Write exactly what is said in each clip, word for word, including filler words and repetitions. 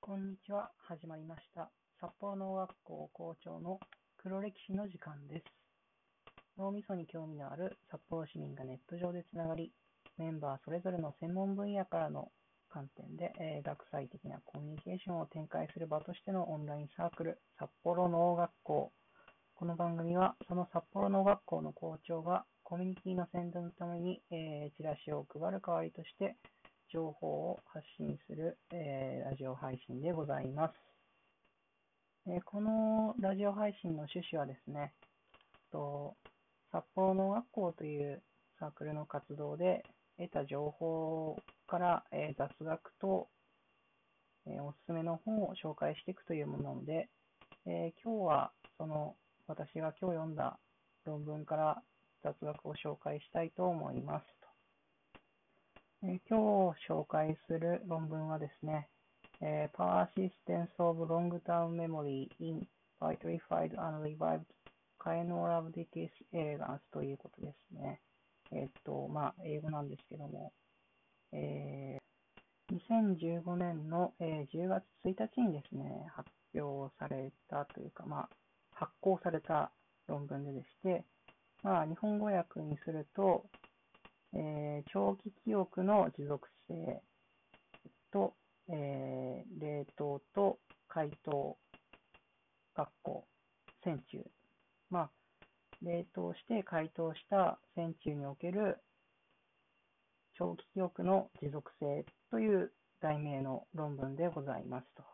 こんにちは。始まりました。札幌農学校校長の黒歴史の時間です。脳みそに興味のある札幌市民がネット上でつながり、メンバーそれぞれの専門分野からの観点で、えー学際的なコミュニケーションを展開する場としてのオンラインサークル、札幌農学校。この番組は、その札幌農学校の校長がコミュニティの宣伝のために、えーチラシを配る代わりとして、情報を発信する、えーラジオ配信でございます。えーこのラジオ配信の趣旨はですね、と札幌農学校というサークルの活動で得た情報から、えー雑学と、えーおすすめの本を紹介していくというものなので、えー今日はその私が今日読んだ論文から雑学を紹介したいと思います。えー今日紹介する論文はですね、えー Persistence of Long-Term Memory in Vitrified and Revived Caenorhabditis elegans ということですね。えーっと、まあ、英語なんですけども、えーにせんじゅうごねんの、えーじゅうがつついたちにですね、発表されたというか、まあ、発行された論文ででして、まあ、日本語訳にすると、えー長期記憶の持続性と、えー冷凍と解凍、括弧、線虫。まあ、冷凍して解凍した線虫における長期記憶の持続性という題名の論文でございますと。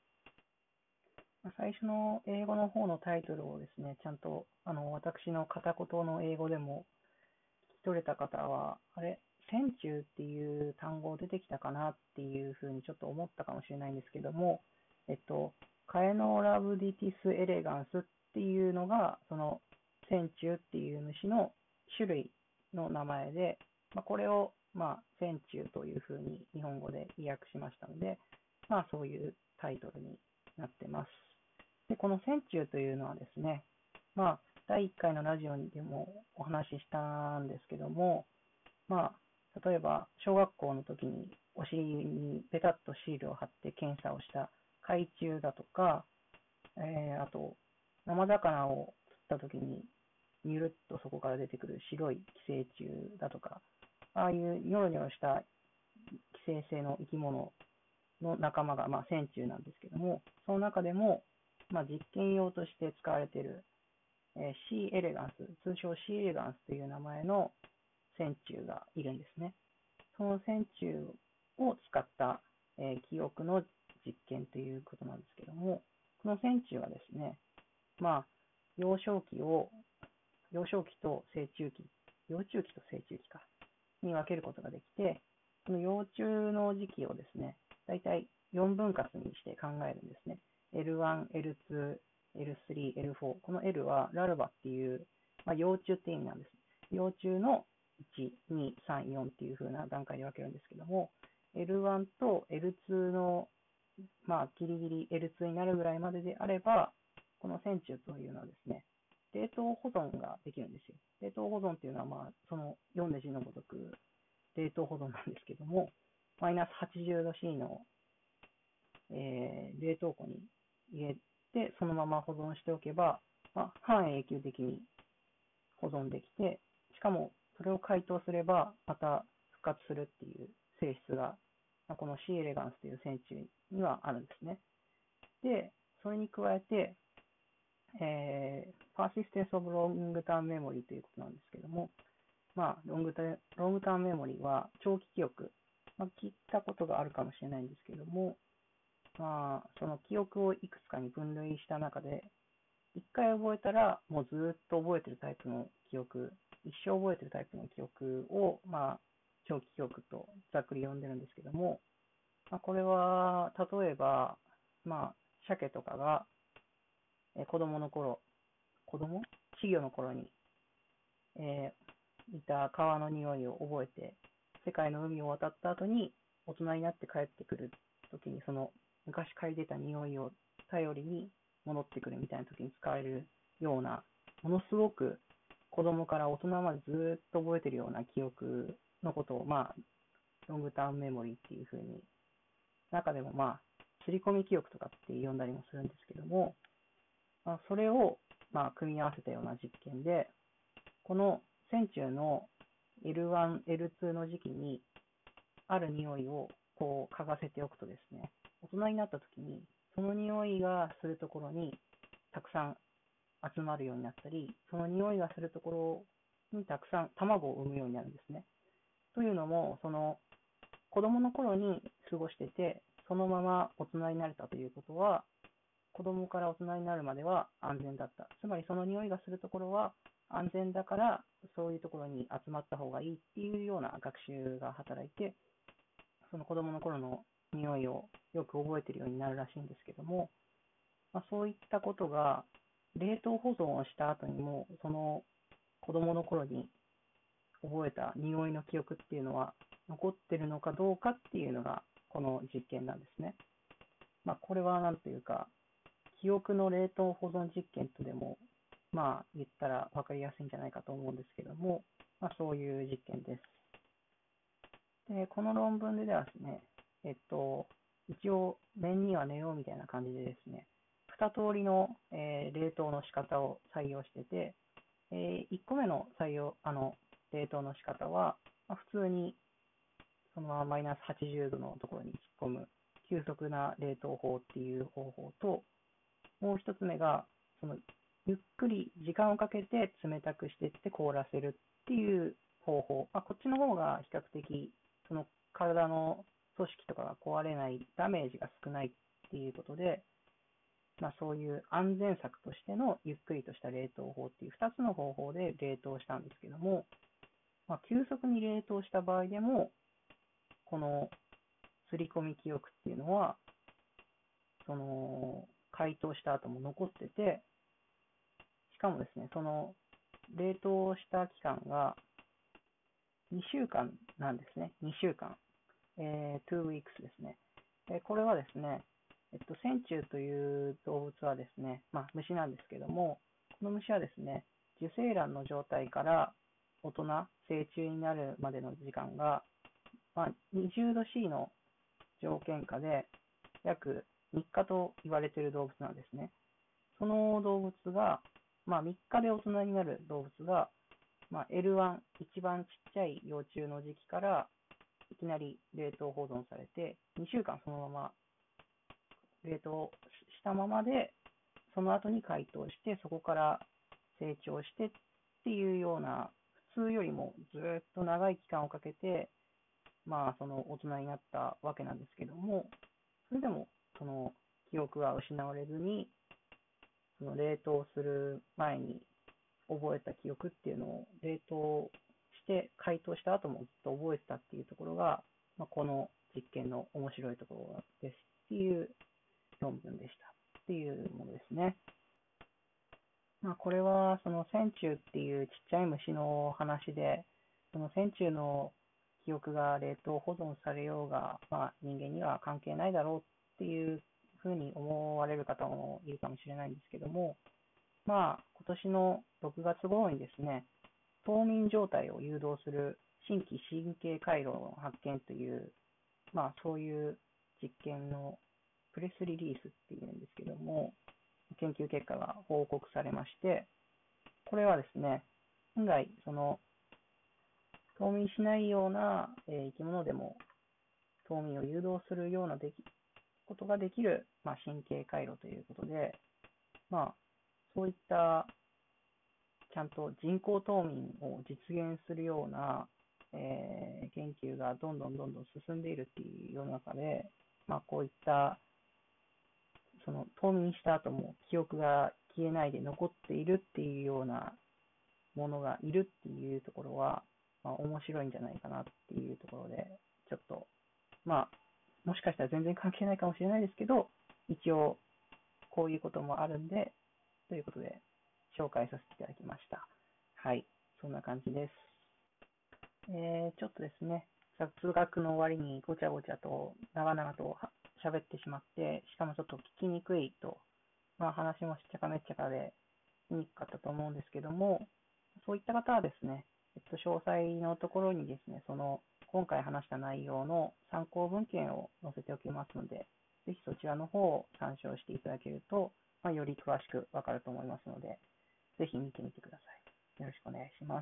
最初の英語の方のタイトルをですね、ちゃんとあの私の片言の英語でも聞き取れた方は、あれ、線虫っていう単語出てきたかなっていうふうにちょっと思ったかもしれないんですけども、えっと、カエノラブディティスエレガンスっていうのが、その線虫っていう虫の種類の名前で、まあ、これを、まあ、線虫というふうに日本語で訳しましたので、まあ、そういうタイトルになってます。で、この線虫というのはですね、まあ、だいいっかいのラジオにでもお話ししたんですけども、まあ、例えば小学校の時にお尻にペタッとシールを貼って検査をした海虫だとか、えー、あと生魚を釣った時にニュルッとそこから出てくる白い寄生虫だとか、ああいうニョロニョロした寄生性の生き物の仲間が、まあ、線虫なんですけども、その中でも、まあ、実験用として使われている、えー、C. エレガンス、通称 C. エレガンスという名前の線虫がいるんですね。その線虫を使った、えー記憶の実験ということなんですけども、この線虫はですね、まあ、幼少期を、幼少期と成虫期、幼虫期と成虫期か、に分けることができて、その幼虫の時期をですね、だいたいよんぶん割にして考えるんですね。エルワン、エルツー、エルスリー、エルフォー。この L はラルバっていう、まあ、幼虫って意味なんです。幼虫のいち、に、さん、よんっていう風な段階で分けるんですけども、エルワン と エルツー の、まあ、ギリギリ エルツー になるぐらいまでであれば、この線虫というのはですね、冷凍保存ができるんですよ。冷凍保存っていうのは、まあ、そのよんの字のごとく、冷凍保存なんですけども、マイナスはちじゅうど C の、えー冷凍庫に入れて、そのまま保存しておけば、まあ、半永久的に保存できて、しかもそれを解凍すればまた復活するっていう性質が、まあこの C. エレガンスという線虫にはあるんですね。で、それに加えて、えー、persistence of long-term memory ということなんですけども、まあ、ロングタロングタームメモリーは長期記憶、まあ、聞いたことがあるかもしれないんですけども、まあ、その記憶をいくつかに分類した中で、一回覚えたらもうずっと覚えてるタイプの記憶、一生覚えてるタイプの記憶を、まあ、長期記憶とざっくり呼んでるんですけども、まあ、これは、例えば、まあ、鮭とかが、えー子供の頃、子供稚魚の頃に、えーいた川の匂いを覚えて、世界の海を渡った後に大人になって帰ってくる時に、その昔嗅いでた匂いを頼りに戻ってくるみたいな時に使われるような、ものすごく子供から大人までずっと覚えてるような記憶のことを、まあ、ロングタームメモリーっていう風に、中でもまあ、 刷り込み記憶とかって呼んだりもするんですけども、まあ、それを、まあ、組み合わせたような実験で、この線虫の エルワン、エルツー の時期にある匂いをこう嗅がせておくとですね、大人になった時にその匂いがするところにたくさん集まるようになったり、その匂いがするところにたくさん卵を産むようになるんですね。というのも、その子供の頃に過ごしてて、そのまま大人になれたということは、子供から大人になるまでは安全だった。つまりその匂いがするところは安全だから、そういうところに集まった方がいいっていうような学習が働いて、その子供の頃の匂いをよく覚えているようになるらしいんですけども、まあ、そういったことが冷凍保存をした後にも、その子供の頃に覚えた匂いの記憶っていうのは残ってるのかどうかっていうのがこの実験なんですね。まあ、これはなんというか、記憶の冷凍保存実験とでも、まあ言ったら分かりやすいんじゃないかと思うんですけども、まあ、そういう実験です。で、この論文ではですね、えっと、一応、念には寝ようみたいな感じでですね、二通りの、えー冷凍の仕方を採用してて、えー、いっこめの採用、あの、冷凍の仕方は、まあ、普通にそのままマイナスはちじゅうどのところに突っ込む急速な冷凍法っていう方法と、もう一つ目が、そのゆっくり時間をかけて冷たくしていって凍らせるっていう方法。まあ、こっちの方が比較的、その体の組織とかが壊れない、ダメージが少ないっていうことで、まあ、そういう安全策としてのゆっくりとした冷凍法っていうふたつの方法で冷凍したんですけども、まあ、急速に冷凍した場合でも、この刷り込み記憶っていうのは、その解凍した後も残ってて、しかもですね、その冷凍した期間がにしゅうかんなんですね。にしゅうかん。えー、に weeks ですね。えーこれはですね、えっと、線虫という動物はですね、まあ、虫なんですけども、この虫はですね、受精卵の状態から大人、成虫になるまでの時間が、まあ、にじゅうど C の条件下で約みっかと言われている動物なんですね。その動物が、まあ、みっかで大人になる動物が、まあ、エルワン、一番ちっちゃい幼虫の時期からいきなり冷凍保存されて、にしゅうかんそのまま冷凍したままで、その後に解凍して、そこから成長してっていうような、普通よりもずっと長い期間をかけて、まあ、その大人になったわけなんですけども、それでも、その記憶が失われずに、その冷凍する前に覚えた記憶っていうのを冷凍して解凍した後もずっと覚えてたっていうところが、まあ、この実験の面白いところですっていう論文でしたっていうものですね。まあ、これはその線虫っていうちっちゃい虫の話で、その線虫の記憶が冷凍保存されようが、まあ、人間には関係ないだろうっていうふうに思われる方もいるかもしれないんですけども、まあ、今年のろくがつ頃にですね、冬眠状態を誘導する新規神経回路の発見という、まあ、そういう実験のプレスリリースっていうんですけども、研究結果が報告されまして、これはですね、本来、その、冬眠しないような、えー生き物でも冬眠を誘導するようなできことができる、まあ、神経回路ということで、まあ、そういったちゃんと人工冬眠を実現するような、えー研究がどんどんどんどん進んでいるっていう世の中で、まあ、こういったその冬眠した後も記憶が消えないで残っているっていうようなものがいるっていうところは、まあ、面白いんじゃないかなっていうところで、ちょっと、まあ、もしかしたら全然関係ないかもしれないですけど、一応、こういうこともあるんで、ということで、紹介させていただきました。はい、そんな感じです。えー、ちょっとですね、雑学の終わりにごちゃごちゃと長々と喋ってしまって、しかもちょっと聞きにくいと、まあ話もしっちゃかめっちゃかで言いにくかったと思うんですけども、そういった方はですね、えっと、詳細のところにですね、その今回話した内容の参考文献を載せておきますので、 ぜひそちらの方を参照していただけると、まあ、より詳しくわかると思いますので、ぜひ見てみてください。よろしくお願いします。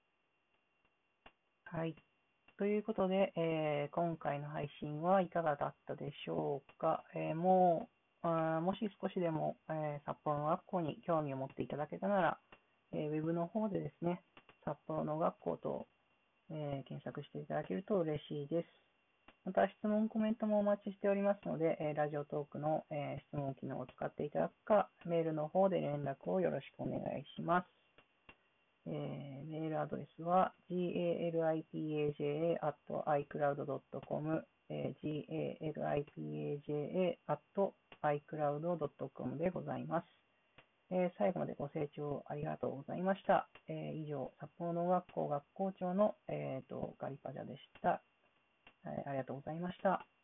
はい。ということで、えー今回の配信はいかがだったでしょうか。えーもう、あーもし少しでも、えー札幌の学校に興味を持っていただけたなら、えーウェブの方でですね、札幌の学校と、えー検索していただけると嬉しいです。また、質問、コメントもお待ちしておりますので、えーラジオトークの、えー質問機能を使っていただくか、メールの方で連絡をよろしくお願いします。えーメールアドレスは ガリパジャ アット アイクラウド ドットコム、えー、ガリパジャ アット アイクラウド ドットコム でございます。えー最後までご清聴ありがとうございました。えー以上、札幌農学校学校長の、えーとガリパジャでした。はい、ありがとうございました。